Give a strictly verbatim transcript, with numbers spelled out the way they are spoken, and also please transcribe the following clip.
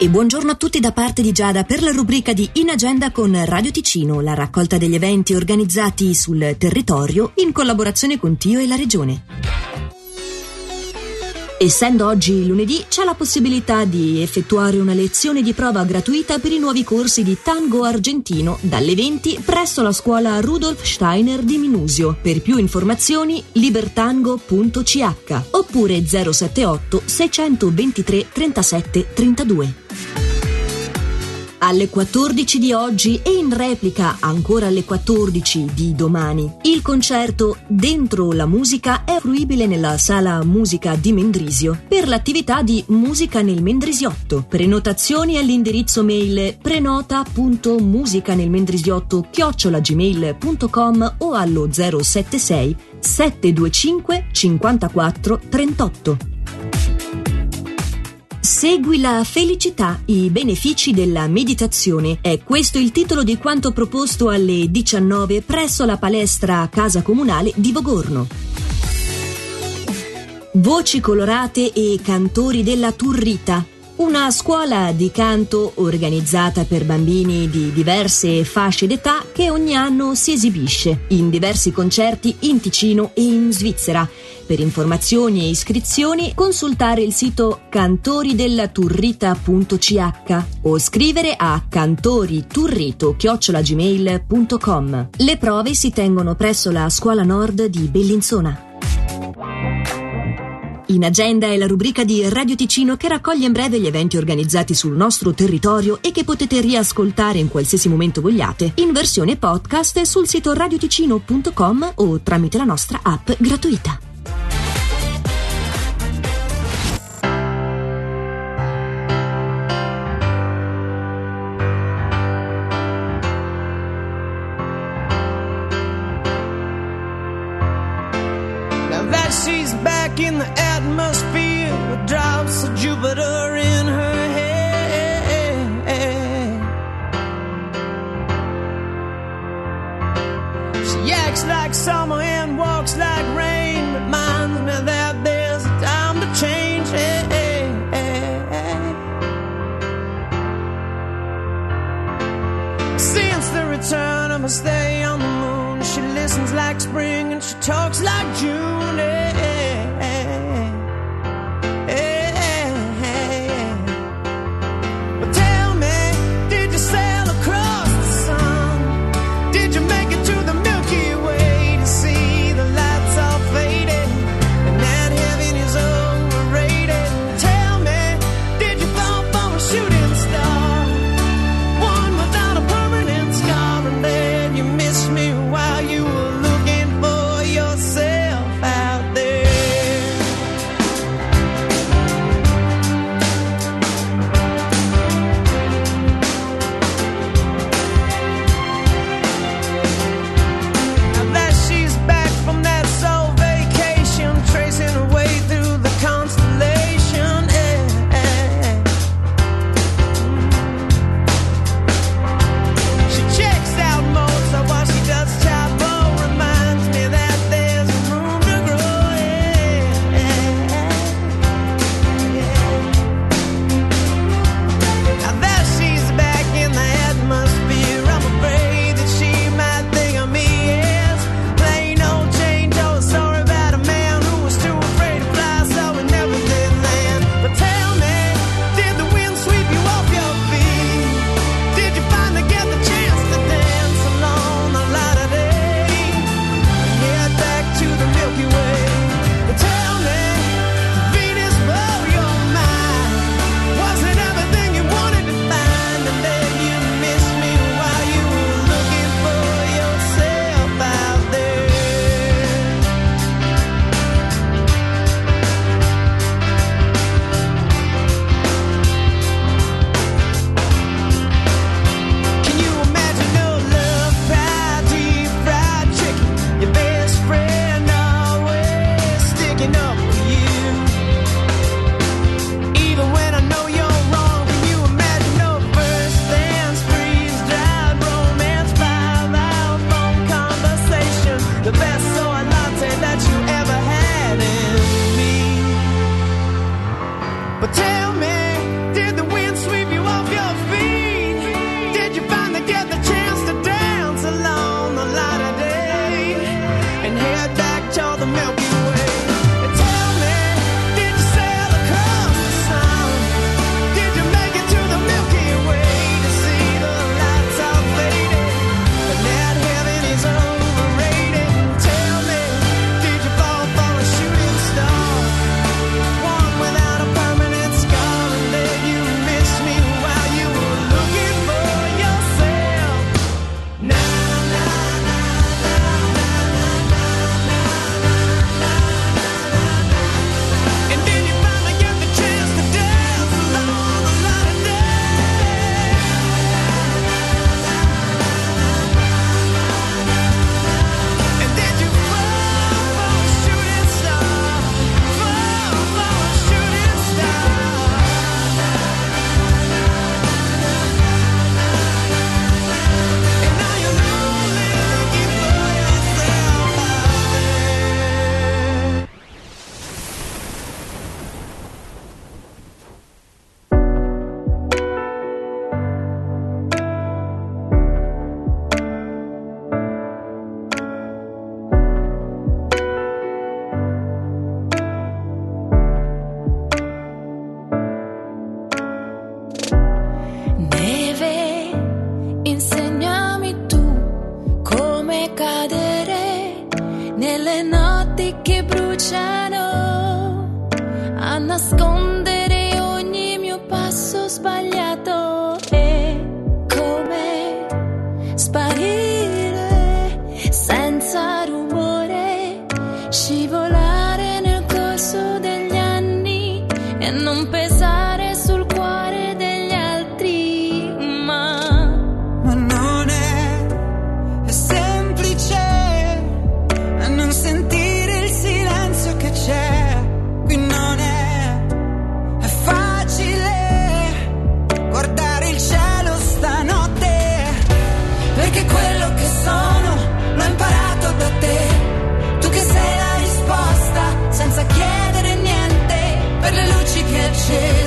E buongiorno a tutti da parte di Giada per la rubrica di In Agenda con Radio Ticino, la raccolta degli eventi organizzati sul territorio in collaborazione con Tio e la Regione. Essendo oggi lunedì, c'è la possibilità di effettuare una lezione di prova gratuita per i nuovi corsi di tango argentino dalle venti presso la scuola Rudolf Steiner di Minusio. Per più informazioni libertango punto c h oppure zero sette otto sei due tre trentasette trentadue. Alle quattordici di oggi e in replica ancora alle quattordici di domani, il concerto Dentro la musica è fruibile nella sala musica di Mendrisio per l'attività di Musica nel Mendrisiotto. Prenotazioni all'indirizzo mail prenota punto musicanelmendrisiotto chiocciola gmail punto com o allo zero sette sei sette due cinque cinquantaquattro trentotto. Segui la felicità, i benefici della meditazione. È questo il titolo di quanto proposto alle diciannove presso la palestra Casa Comunale di Vogorno. Voci colorate e cantori della Turrita. Una scuola di canto organizzata per bambini di diverse fasce d'età che ogni anno si esibisce in diversi concerti in Ticino e in Svizzera. Per informazioni e iscrizioni consultare il sito cantoridellaturrita punto c h o scrivere a cantoriturrito chiocciola gmail punto com. Le prove si tengono presso la Scuola Nord di Bellinzona. In Agenda è la rubrica di Radio Ticino che raccoglie in breve gli eventi organizzati sul nostro territorio e che potete riascoltare in qualsiasi momento vogliate in versione podcast sul sito radioticino punto com o tramite la nostra app gratuita. She's back in the atmosphere with drops of Jupiter in her head. She acts like summer and walks like rain, reminds me that there's a time to change. Since the return of her stay on the moon, she listens like spring and she talks like June. But tell me, did the wind sweep you cominciano a nascondere ogni mio passo sbagliato. È come sparire senza rumore, scivolare nel corso degli anni e non pesare sul cuore degli altri. Ma, ma non è, è semplice a non sentire il silenzio che c'è. Qui non è, è facile guardare il cielo stanotte, perché quello che sono l'ho imparato da te. Tu che sei la risposta senza chiedere niente, per le luci che accendi